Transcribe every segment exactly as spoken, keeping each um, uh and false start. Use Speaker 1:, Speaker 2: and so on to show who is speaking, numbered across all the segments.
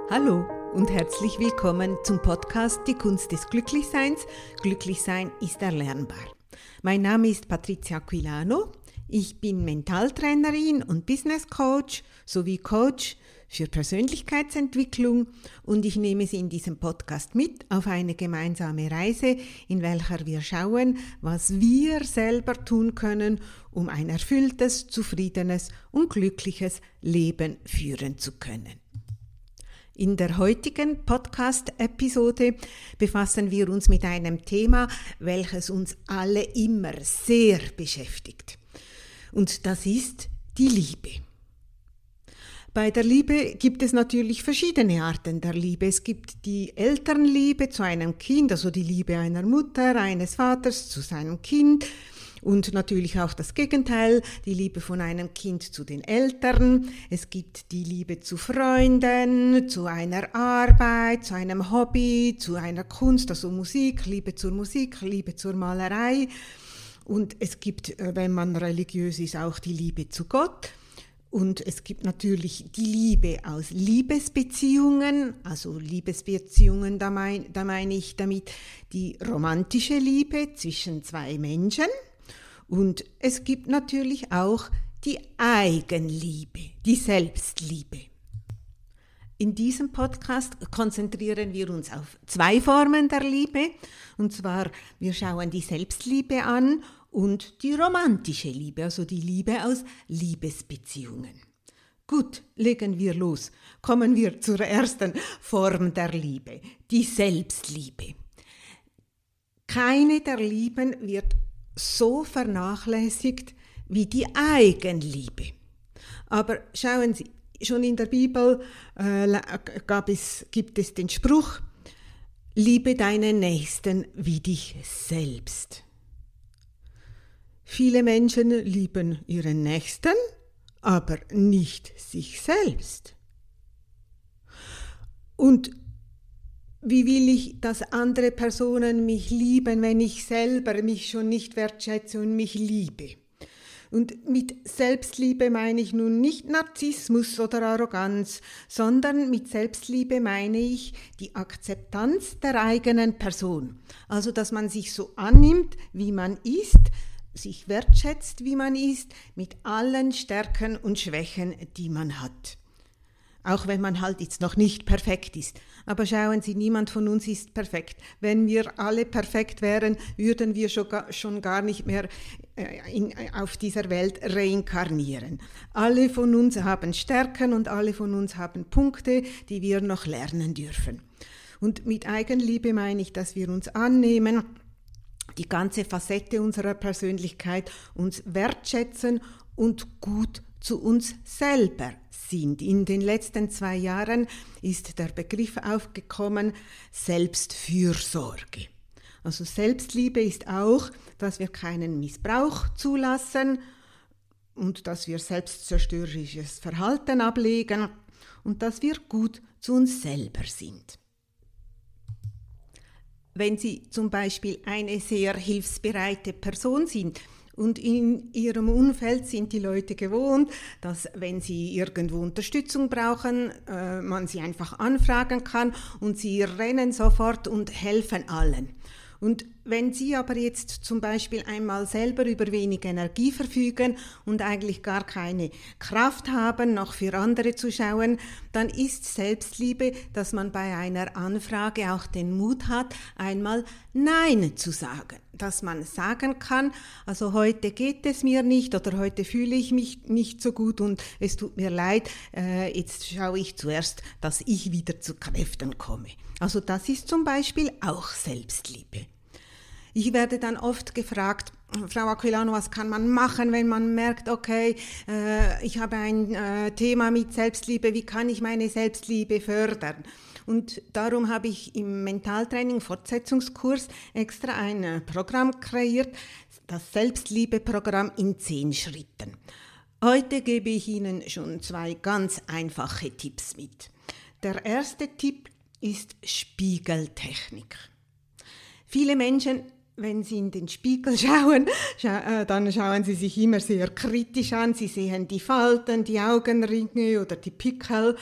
Speaker 1: Hallo und herzlich willkommen zum Podcast Die Kunst des Glücklichseins. Glücklichsein ist erlernbar. Mein Name ist Patricia Aquilano. Ich bin Mentaltrainerin und Business Coach sowie Coach für Persönlichkeitsentwicklung und ich nehme Sie in diesem Podcast mit auf eine gemeinsame Reise, in welcher wir schauen, was wir selber tun können, um ein erfülltes, zufriedenes und glückliches Leben führen zu können. In der heutigen Podcast-Episode befassen wir uns mit einem Thema, welches uns alle immer sehr beschäftigt. Und das ist die Liebe. Bei der Liebe gibt es natürlich verschiedene Arten der Liebe. Es gibt die Elternliebe zu einem Kind, also die Liebe einer Mutter, eines Vaters zu seinem Kind. Und natürlich auch das Gegenteil, die Liebe von einem Kind zu den Eltern. Es gibt die Liebe zu Freunden, zu einer Arbeit, zu einem Hobby, zu einer Kunst, also Musik, Liebe zur Musik, Liebe zur Malerei. Und es gibt, wenn man religiös ist, auch die Liebe zu Gott. Und es gibt natürlich die Liebe aus Liebesbeziehungen, also Liebesbeziehungen, da, mein, da meine ich damit die romantische Liebe zwischen zwei Menschen. Und es gibt natürlich auch die Eigenliebe, die Selbstliebe. In diesem Podcast konzentrieren wir uns auf zwei Formen der Liebe. Und zwar, wir schauen die Selbstliebe an und die romantische Liebe, also die Liebe aus Liebesbeziehungen. Gut, legen wir los. Kommen wir zur ersten Form der Liebe, die Selbstliebe. Keine der Lieben wird so vernachlässigt wie die Eigenliebe. Aber schauen Sie, schon in der Bibel äh, gab es, gibt es den Spruch, liebe deinen Nächsten wie dich selbst. Viele Menschen lieben ihren Nächsten, aber nicht sich selbst. Und wie will ich, dass andere Personen mich lieben, wenn ich selber mich schon nicht wertschätze und mich liebe? Und mit Selbstliebe meine ich nun nicht Narzissmus oder Arroganz, sondern mit Selbstliebe meine ich die Akzeptanz der eigenen Person. Also, dass man sich so annimmt, wie man ist, sich wertschätzt, wie man ist, mit allen Stärken und Schwächen, die man hat. Auch wenn man halt jetzt noch nicht perfekt ist. Aber schauen Sie, niemand von uns ist perfekt. Wenn wir alle perfekt wären, würden wir schon gar nicht mehr in, auf dieser Welt reinkarnieren. Alle von uns haben Stärken und alle von uns haben Punkte, die wir noch lernen dürfen. Und mit Eigenliebe meine ich, dass wir uns annehmen, die ganze Facette unserer Persönlichkeit uns wertschätzen und gut zu uns selber sind. In den letzten zwei Jahren ist der Begriff aufgekommen, Selbstfürsorge. Also Selbstliebe ist auch, dass wir keinen Missbrauch zulassen und dass wir selbstzerstörerisches Verhalten ablegen und dass wir gut zu uns selber sind. Wenn Sie zum Beispiel eine sehr hilfsbereite Person sind, und in ihrem Umfeld sind die Leute gewohnt, dass wenn sie irgendwo Unterstützung brauchen, äh, man sie einfach anfragen kann und sie rennen sofort und helfen allen. Und wenn Sie aber jetzt zum Beispiel einmal selber über wenig Energie verfügen und eigentlich gar keine Kraft haben, noch für andere zu schauen, dann ist Selbstliebe, dass man bei einer Anfrage auch den Mut hat, einmal Nein zu sagen. Dass man sagen kann, also heute geht es mir nicht oder heute fühle ich mich nicht so gut und es tut mir leid, äh, jetzt schaue ich zuerst, dass ich wieder zu Kräften komme. Also das ist zum Beispiel auch Selbstliebe. Ich werde dann oft gefragt, Frau Aquilano, was kann man machen, wenn man merkt, okay, äh, ich habe ein äh, Thema mit Selbstliebe, wie kann ich meine Selbstliebe fördern? Und darum habe ich im Mentaltraining Fortsetzungskurs extra ein äh, Programm kreiert, das Selbstliebe-Programm in zehn Schritten. Heute gebe ich Ihnen schon zwei ganz einfache Tipps mit. Der erste Tipp ist Spiegeltechnik. Viele Menschen, wenn sie in den Spiegel schauen, scha- äh, dann schauen sie sich immer sehr kritisch an. Sie sehen die Falten, die Augenringe oder die Pickel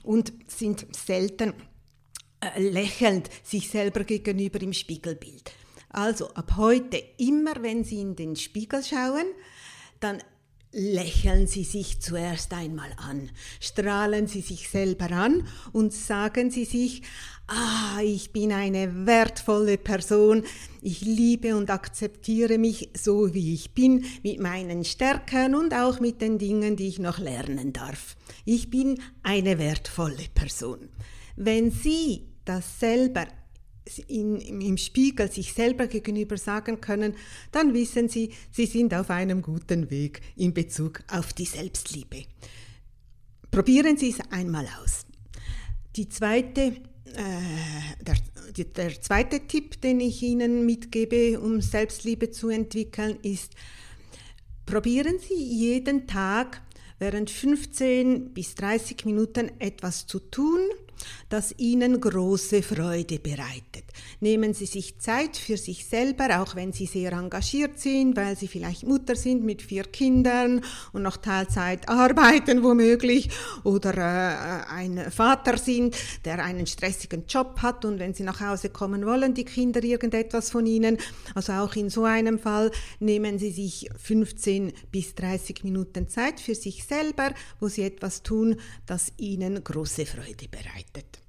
Speaker 1: und sind selten äh, lächelnd sich selber gegenüber im Spiegelbild. Also ab heute, immer wenn Sie in den Spiegel schauen, dann lächeln Sie sich zuerst einmal an, strahlen Sie sich selber an und sagen Sie sich, ah, ich bin eine wertvolle Person, ich liebe und akzeptiere mich so, wie ich bin, mit meinen Stärken und auch mit den Dingen, die ich noch lernen darf. Ich bin eine wertvolle Person. Wenn Sie das selber In, im Spiegel sich selber gegenüber sagen können, dann wissen Sie, Sie sind auf einem guten Weg in Bezug auf die Selbstliebe. Probieren Sie es einmal aus. Die zweite, äh, der, der zweite Tipp, den ich Ihnen mitgebe, um Selbstliebe zu entwickeln, ist, probieren Sie jeden Tag während fünfzehn bis dreißig Minuten etwas zu tun, das Ihnen große Freude bereitet. Nehmen Sie sich Zeit für sich selber, auch wenn Sie sehr engagiert sind, weil Sie vielleicht Mutter sind mit vier Kindern und noch Teilzeit arbeiten womöglich oder äh, ein Vater sind, der einen stressigen Job hat und wenn Sie nach Hause kommen, wollen die Kinder irgendetwas von Ihnen. Also auch in so einem Fall nehmen Sie sich fünfzehn bis dreißig Minuten Zeit für sich selber, wo Sie etwas tun, das Ihnen große Freude bereitet.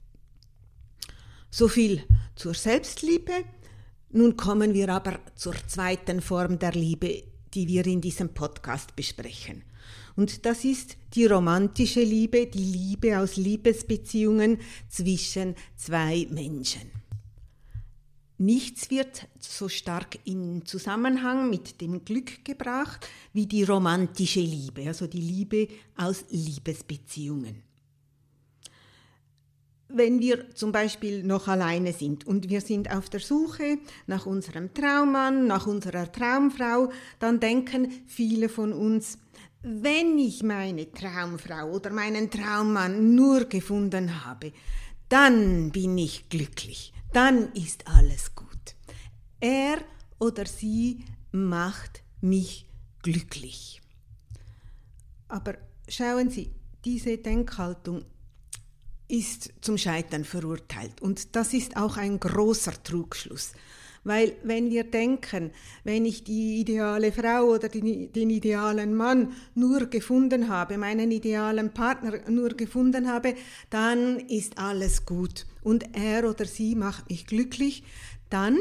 Speaker 1: So viel zur Selbstliebe. Nun kommen wir aber zur zweiten Form der Liebe, die wir in diesem Podcast besprechen. Und das ist die romantische Liebe, die Liebe aus Liebesbeziehungen zwischen zwei Menschen. Nichts wird so stark in Zusammenhang mit dem Glück gebracht wie die romantische Liebe, also die Liebe aus Liebesbeziehungen. Wenn wir zum Beispiel noch alleine sind und wir sind auf der Suche nach unserem Traummann, nach unserer Traumfrau, dann denken viele von uns, wenn ich meine Traumfrau oder meinen Traummann nur gefunden habe, dann bin ich glücklich, dann ist alles gut. Er oder sie macht mich glücklich. Aber schauen Sie, diese Denkhaltung ist zum Scheitern verurteilt. Und das ist auch ein großer Trugschluss. Weil wenn wir denken, wenn ich die ideale Frau oder die, den idealen Mann nur gefunden habe, meinen idealen Partner nur gefunden habe, dann ist alles gut und er oder sie macht mich glücklich, dann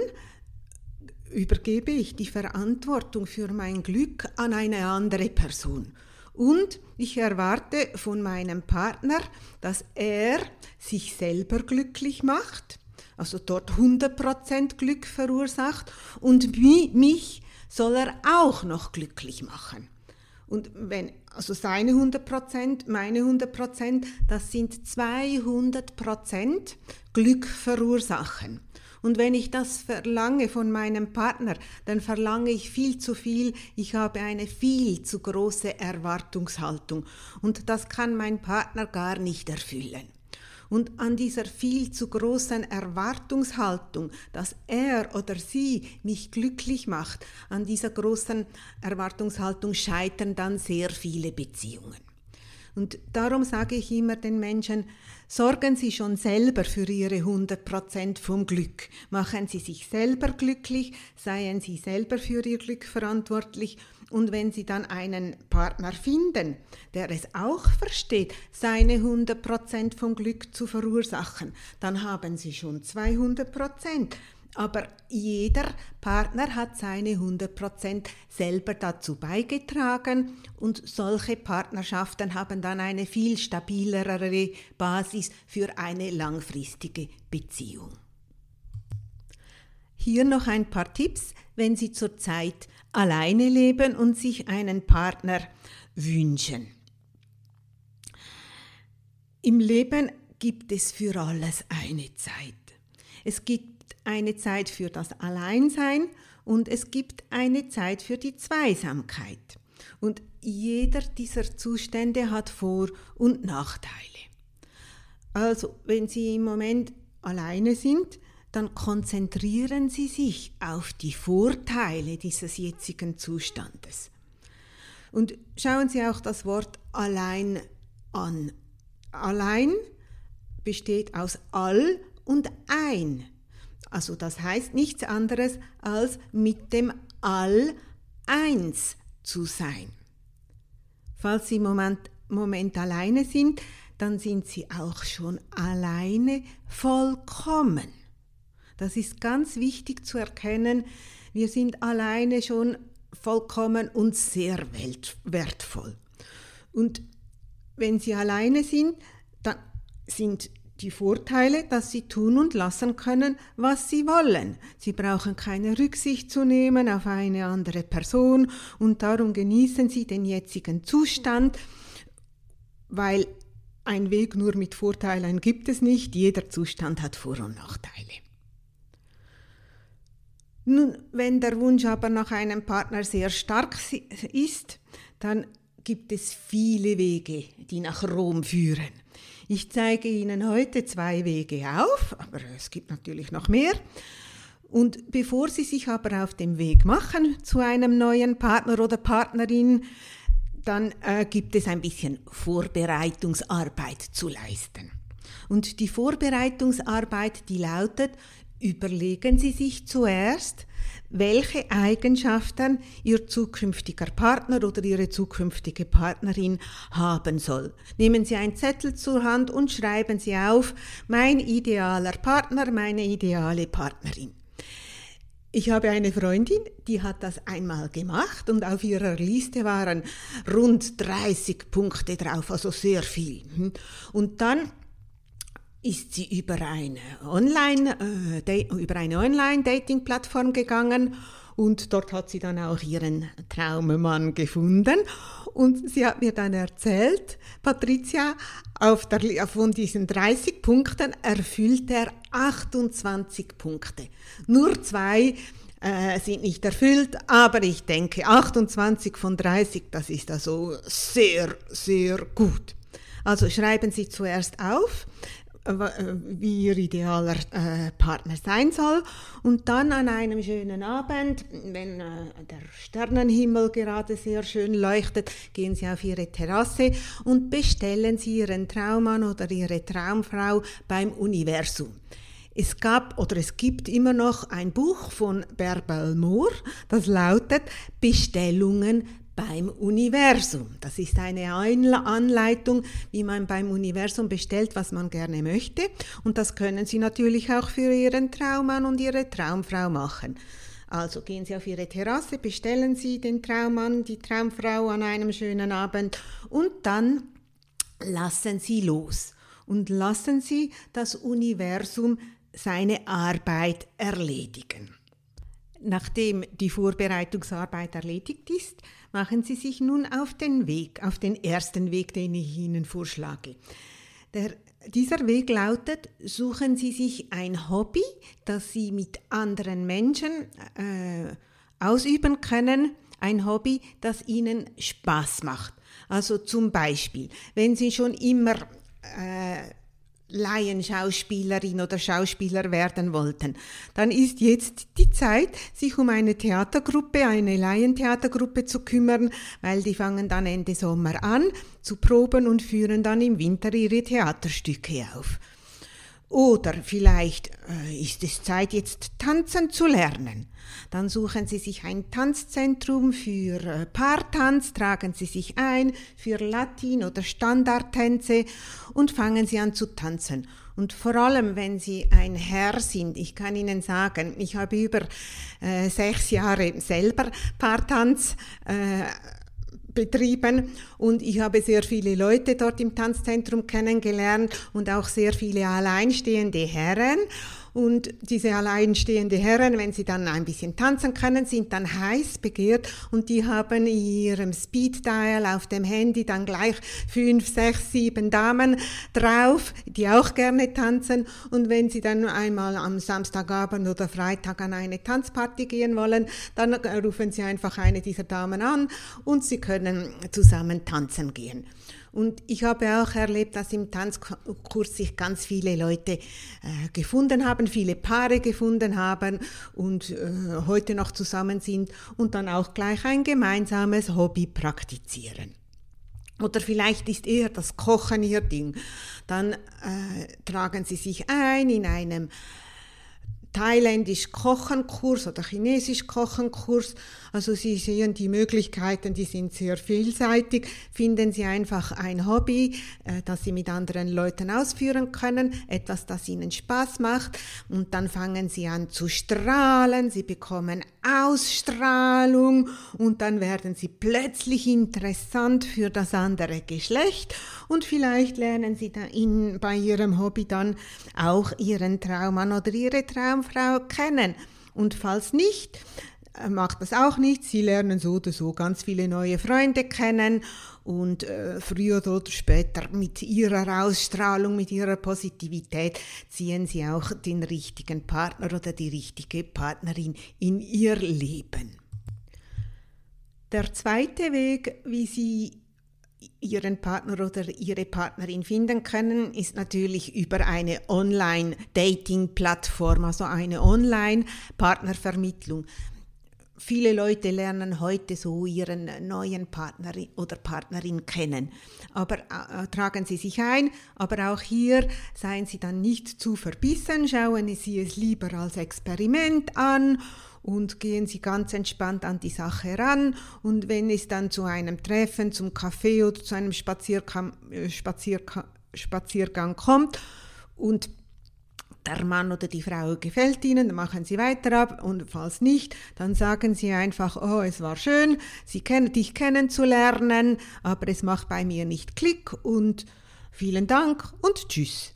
Speaker 1: übergebe ich die Verantwortung für mein Glück an eine andere Person. Und ich erwarte von meinem Partner, dass er sich selber glücklich macht, also dort hundert Prozent Glück verursacht und mich soll er auch noch glücklich machen. Und wenn, also seine hundert Prozent, meine hundert Prozent, das sind zweihundert Prozent Glück verursachen. Und wenn ich das verlange von meinem Partner, dann verlange ich viel zu viel, ich habe eine viel zu große Erwartungshaltung und das kann mein Partner gar nicht erfüllen. Und an dieser viel zu großen Erwartungshaltung, dass er oder sie mich glücklich macht, an dieser großen Erwartungshaltung scheitern dann sehr viele Beziehungen. Und darum sage ich immer den Menschen, sorgen Sie schon selber für Ihre hundert Prozent vom Glück. Machen Sie sich selber glücklich, seien Sie selber für Ihr Glück verantwortlich. Und wenn Sie dann einen Partner finden, der es auch versteht, seine hundert Prozent vom Glück zu verursachen, dann haben Sie schon zweihundert Prozent. Aber jeder Partner hat seine hundert Prozent selber dazu beigetragen und solche Partnerschaften haben dann eine viel stabilere Basis für eine langfristige Beziehung. Hier noch ein paar Tipps, wenn Sie zurzeit alleine leben und sich einen Partner wünschen. Im Leben gibt es für alles eine Zeit. Es gibt eine Zeit für das Alleinsein und es gibt eine Zeit für die Zweisamkeit. Und jeder dieser Zustände hat Vor- und Nachteile. Also, wenn Sie im Moment alleine sind, dann konzentrieren Sie sich auf die Vorteile dieses jetzigen Zustandes. Und schauen Sie auch das Wort allein an. Allein besteht aus all und ein. Also das heißt nichts anderes als mit dem All eins zu sein. Falls Sie im Moment, Moment alleine sind, dann sind Sie auch schon alleine vollkommen. Das ist ganz wichtig zu erkennen. Wir sind alleine schon vollkommen und sehr wertvoll. Und wenn Sie alleine sind, dann sind die Vorteile, dass Sie tun und lassen können, was Sie wollen. Sie brauchen keine Rücksicht zu nehmen auf eine andere Person und darum genießen Sie den jetzigen Zustand, weil ein Weg nur mit Vorteilen gibt es nicht. Jeder Zustand hat Vor- und Nachteile. Nun, wenn der Wunsch aber nach einem Partner sehr stark ist, dann gibt es viele Wege, die nach Rom führen. Ich zeige Ihnen heute zwei Wege auf, aber es gibt natürlich noch mehr. Und bevor Sie sich aber auf den Weg machen zu einem neuen Partner oder Partnerin, dann äh, gibt es ein bisschen Vorbereitungsarbeit zu leisten. Und die Vorbereitungsarbeit, die lautet: Überlegen Sie sich zuerst, welche Eigenschaften Ihr zukünftiger Partner oder Ihre zukünftige Partnerin haben soll. Nehmen Sie einen Zettel zur Hand und schreiben Sie auf: Mein idealer Partner, meine ideale Partnerin. Ich habe eine Freundin, die hat das einmal gemacht und auf ihrer Liste waren rund dreißig Punkte drauf, also sehr viel. Und dann ist sie über eine Online, äh, über eine Online-Dating-Plattform gegangen und dort hat sie dann auch ihren Traummann gefunden. Und sie hat mir dann erzählt, Patricia, auf der, von diesen dreißig Punkten erfüllt er achtundzwanzig Punkte. Nur zwei äh, sind nicht erfüllt, aber ich denke, achtundzwanzig von dreißig, das ist also sehr, sehr gut. Also schreiben Sie zuerst auf, wie Ihr idealer äh, Partner sein soll. Und dann an einem schönen Abend, wenn äh, der Sternenhimmel gerade sehr schön leuchtet, gehen Sie auf Ihre Terrasse und bestellen Sie Ihren Traummann oder Ihre Traumfrau beim Universum. Es gab oder es gibt immer noch ein Buch von Bärbel Mohr, das lautet Bestellungen beim Universum. Das ist eine Anleitung, wie man beim Universum bestellt, was man gerne möchte. Und das können Sie natürlich auch für Ihren Traummann und Ihre Traumfrau machen. Also gehen Sie auf Ihre Terrasse, bestellen Sie den Traummann, die Traumfrau an einem schönen Abend und dann lassen Sie los. Und lassen Sie das Universum seine Arbeit erledigen. Nachdem die Vorbereitungsarbeit erledigt ist, machen Sie sich nun auf den Weg, auf den ersten Weg, den ich Ihnen vorschlage. Der, dieser Weg lautet: Suchen Sie sich ein Hobby, das Sie mit anderen Menschen äh, ausüben können, ein Hobby, das Ihnen Spaß macht. Also zum Beispiel, wenn Sie schon immer äh, Laienschauspielerin oder Schauspieler werden wollten, dann ist jetzt die Zeit, sich um eine Theatergruppe, eine Laientheatergruppe zu kümmern, weil die fangen dann Ende Sommer an zu proben und führen dann im Winter ihre Theaterstücke auf. Oder vielleicht äh, ist es Zeit, jetzt tanzen zu lernen. Dann suchen Sie sich ein Tanzzentrum für äh, Paartanz, tragen Sie sich ein für Latin- oder Standardtänze und fangen Sie an zu tanzen. Und vor allem, wenn Sie ein Herr sind, ich kann Ihnen sagen, ich habe über äh, sechs Jahre selber Paartanz äh, betrieben und ich habe sehr viele Leute dort im Tanzzentrum kennengelernt und auch sehr viele alleinstehende Herren. Und diese alleinstehende Herren, wenn sie dann ein bisschen tanzen können, sind dann heiß begehrt und die haben in ihrem Speed-Dial auf dem Handy dann gleich fünf, sechs, sieben Damen drauf, die auch gerne tanzen. Und wenn sie dann einmal am Samstagabend oder Freitag an eine Tanzparty gehen wollen, dann rufen sie einfach eine dieser Damen an und sie können zusammen tanzen gehen. Und ich habe auch erlebt, dass im Tanzkurs sich ganz viele Leute äh, gefunden haben, viele Paare gefunden haben und äh, heute noch zusammen sind und dann auch gleich ein gemeinsames Hobby praktizieren. Oder vielleicht ist eher das Kochen Ihr Ding. Dann äh, tragen Sie sich ein in einem thailändisch Kochenkurs oder chinesisch Kochenkurs. Also Sie sehen die Möglichkeiten, die sind sehr vielseitig. Finden Sie einfach ein Hobby, äh, das Sie mit anderen Leuten ausführen können, etwas, das Ihnen Spaß macht, und dann fangen Sie an zu strahlen, Sie bekommen Ausstrahlung und dann werden Sie plötzlich interessant für das andere Geschlecht und vielleicht lernen Sie da in, bei Ihrem Hobby dann auch Ihren Traummann oder Ihre Traumfrau kennen. Und falls nicht, macht das auch nichts. Sie lernen so oder so ganz viele neue Freunde kennen und äh, früher oder später mit ihrer Ausstrahlung, mit ihrer Positivität ziehen Sie auch den richtigen Partner oder die richtige Partnerin in Ihr Leben. Der zweite Weg, wie Sie Ihren Partner oder Ihre Partnerin finden können, ist natürlich über eine Online-Dating-Plattform, also eine Online-Partnervermittlung. Viele Leute lernen heute so ihren neuen Partner oder Partnerin kennen, aber äh, tragen Sie sich ein, aber auch hier seien Sie dann nicht zu verbissen, schauen Sie es lieber als Experiment an und gehen Sie ganz entspannt an die Sache ran, und wenn es dann zu einem Treffen, zum Kaffee oder zu einem Spaziergang, Spaziergang, Spaziergang kommt und der Mann oder die Frau gefällt Ihnen, dann machen Sie weiter ab, und falls nicht, dann sagen Sie einfach, oh, es war schön, Sie kennen, dich kennenzulernen, aber es macht bei mir nicht Klick und vielen Dank und tschüss.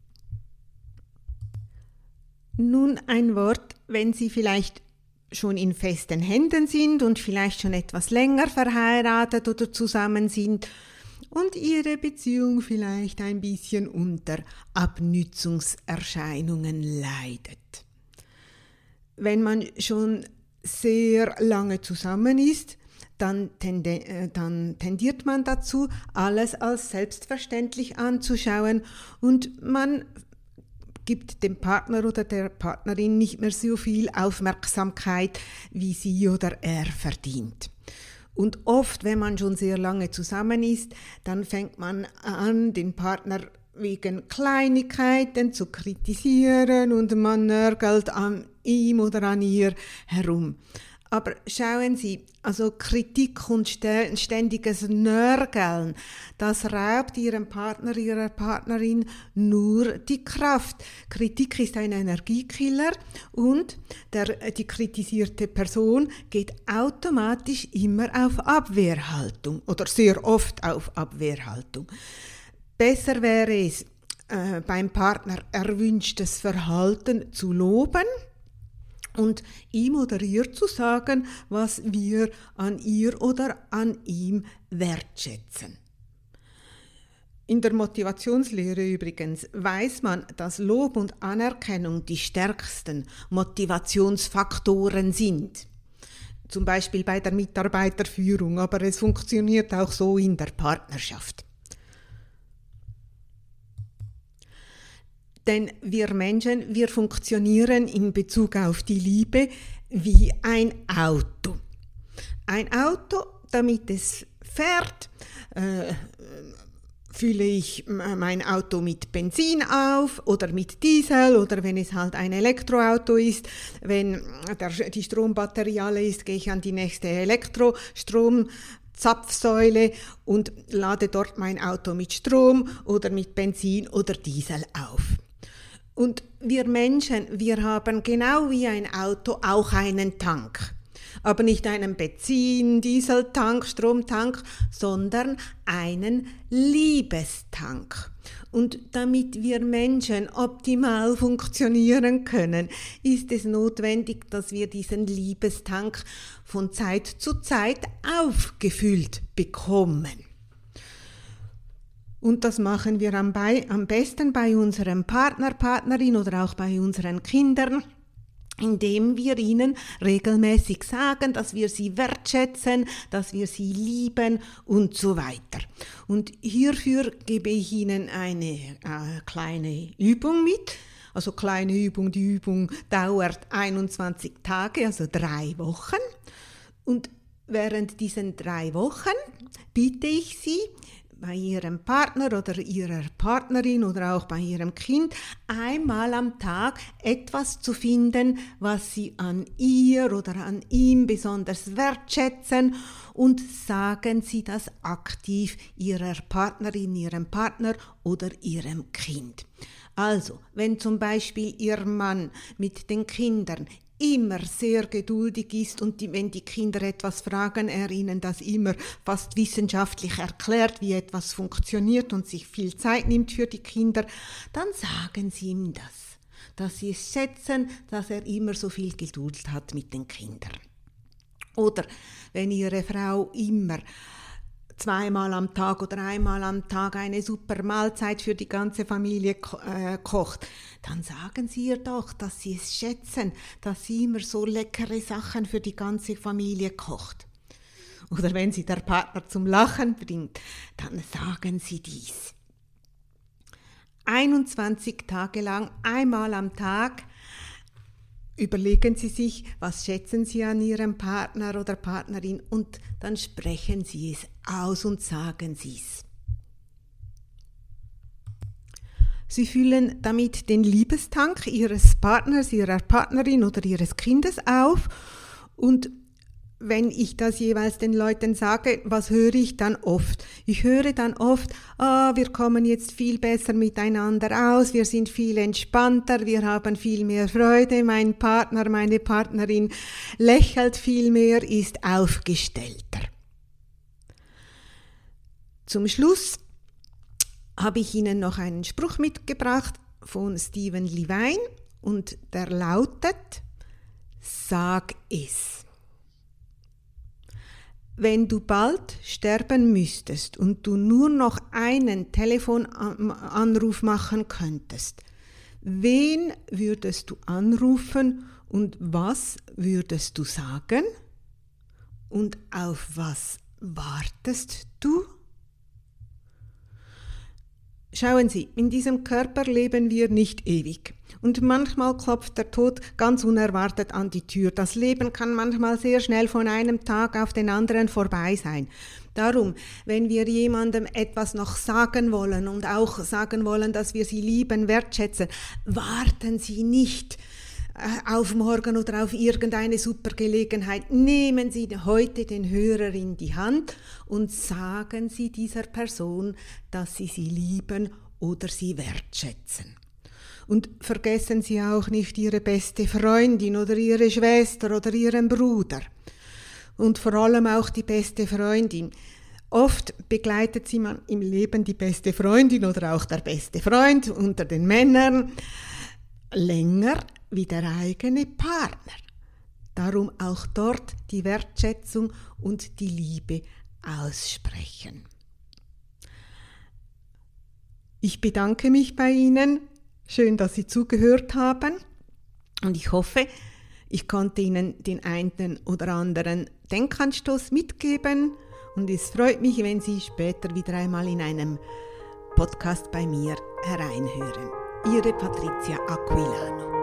Speaker 1: Nun ein Wort, wenn Sie vielleicht schon in festen Händen sind und vielleicht schon etwas länger verheiratet oder zusammen sind und Ihre Beziehung vielleicht ein bisschen unter Abnützungserscheinungen leidet. Wenn man schon sehr lange zusammen ist, dann, tende, äh, dann tendiert man dazu, alles als selbstverständlich anzuschauen, und man gibt dem Partner oder der Partnerin nicht mehr so viel Aufmerksamkeit, wie sie oder er verdient. Und oft, wenn man schon sehr lange zusammen ist, dann fängt man an, den Partner wegen Kleinigkeiten zu kritisieren und man nörgelt an ihm oder an ihr herum. Aber schauen Sie, also Kritik und ständiges Nörgeln, das raubt Ihrem Partner, Ihrer Partnerin nur die Kraft. Kritik ist ein Energiekiller und der, die kritisierte Person geht automatisch immer auf Abwehrhaltung oder sehr oft auf Abwehrhaltung. Besser wäre es, äh, beim Partner erwünschtes Verhalten zu loben und ihm oder ihr zu sagen, was wir an ihr oder an ihm wertschätzen. In der Motivationslehre übrigens weiß man, dass Lob und Anerkennung die stärksten Motivationsfaktoren sind. Zum Beispiel bei der Mitarbeiterführung, aber es funktioniert auch so in der Partnerschaft. Denn wir Menschen, wir funktionieren in Bezug auf die Liebe wie ein Auto. Ein Auto, damit es fährt, äh, fülle ich mein Auto mit Benzin auf oder mit Diesel, oder wenn es halt ein Elektroauto ist, wenn der, die Strombatterie alle ist, gehe ich an die nächste Elektrostrom-Zapfsäule und lade dort mein Auto mit Strom oder mit Benzin oder Diesel auf. Und wir Menschen, wir haben genau wie ein Auto auch einen Tank. Aber nicht einen Benzin-, Dieseltank, Stromtank, sondern einen Liebestank. Und damit wir Menschen optimal funktionieren können, ist es notwendig, dass wir diesen Liebestank von Zeit zu Zeit aufgefüllt bekommen. Und das machen wir am, bei, am besten bei unserem Partner, Partnerin oder auch bei unseren Kindern, indem wir ihnen regelmäßig sagen, dass wir sie wertschätzen, dass wir sie lieben und so weiter. Und hierfür gebe ich Ihnen eine äh, kleine Übung mit. Also kleine Übung, die Übung dauert einundzwanzig Tage, also drei Wochen. Und während diesen drei Wochen bitte ich Sie, bei Ihrem Partner oder Ihrer Partnerin oder auch bei Ihrem Kind einmal am Tag etwas zu finden, was Sie an ihr oder an ihm besonders wertschätzen, und sagen Sie das aktiv Ihrer Partnerin, Ihrem Partner oder Ihrem Kind. Also, wenn zum Beispiel Ihr Mann mit den Kindern immer sehr geduldig ist und die, wenn die Kinder etwas fragen, er ihnen das immer fast wissenschaftlich erklärt, wie etwas funktioniert und sich viel Zeit nimmt für die Kinder, dann sagen Sie ihm das, dass Sie es schätzen, dass er immer so viel Geduld hat mit den Kindern. Oder wenn Ihre Frau immer zweimal am Tag oder einmal am Tag eine super Mahlzeit für die ganze Familie ko- äh, kocht, dann sagen Sie ihr doch, dass Sie es schätzen, dass sie immer so leckere Sachen für die ganze Familie kocht. Oder wenn sie der Partner zum Lachen bringt, dann sagen Sie dies. einundzwanzig Tage lang, einmal am Tag, überlegen Sie sich, was schätzen Sie an Ihrem Partner oder Partnerin, und dann sprechen Sie es aus und sagen Sie es. Sie füllen damit den Liebestank Ihres Partners, Ihrer Partnerin oder Ihres Kindes auf, und wenn ich das jeweils den Leuten sage, was höre ich dann oft? Ich höre dann oft, ah, wir kommen jetzt viel besser miteinander aus, wir sind viel entspannter, wir haben viel mehr Freude, mein Partner, meine Partnerin lächelt viel mehr, ist aufgestellter. Zum Schluss habe ich Ihnen noch einen Spruch mitgebracht von Stephen Levine, und der lautet: Sag es. Wenn du bald sterben müsstest und du nur noch einen Telefonanruf machen könntest, wen würdest du anrufen und was würdest du sagen? Und auf was wartest du? Schauen Sie, in diesem Körper leben wir nicht ewig. Und manchmal klopft der Tod ganz unerwartet an die Tür. Das Leben kann manchmal sehr schnell von einem Tag auf den anderen vorbei sein. Darum, wenn wir jemandem etwas noch sagen wollen und auch sagen wollen, dass wir sie lieben, wertschätzen, warten Sie nicht auf morgen oder auf irgendeine super Gelegenheit. Nehmen Sie heute den Hörer in die Hand und sagen Sie dieser Person, dass Sie sie lieben oder sie wertschätzen. Und vergessen Sie auch nicht Ihre beste Freundin oder Ihre Schwester oder Ihren Bruder. Und vor allem auch die beste Freundin. Oft begleitet sie man im Leben die beste Freundin oder auch der beste Freund unter den Männern länger wie der eigene Partner. Darum auch dort die Wertschätzung und die Liebe aussprechen. Ich bedanke mich bei Ihnen. Schön, dass Sie zugehört haben. Und ich hoffe, ich konnte Ihnen den einen oder anderen Denkanstoß mitgeben. Und es freut mich, wenn Sie später wieder einmal in einem Podcast bei mir hereinhören. Ihre Patricia Aquilano.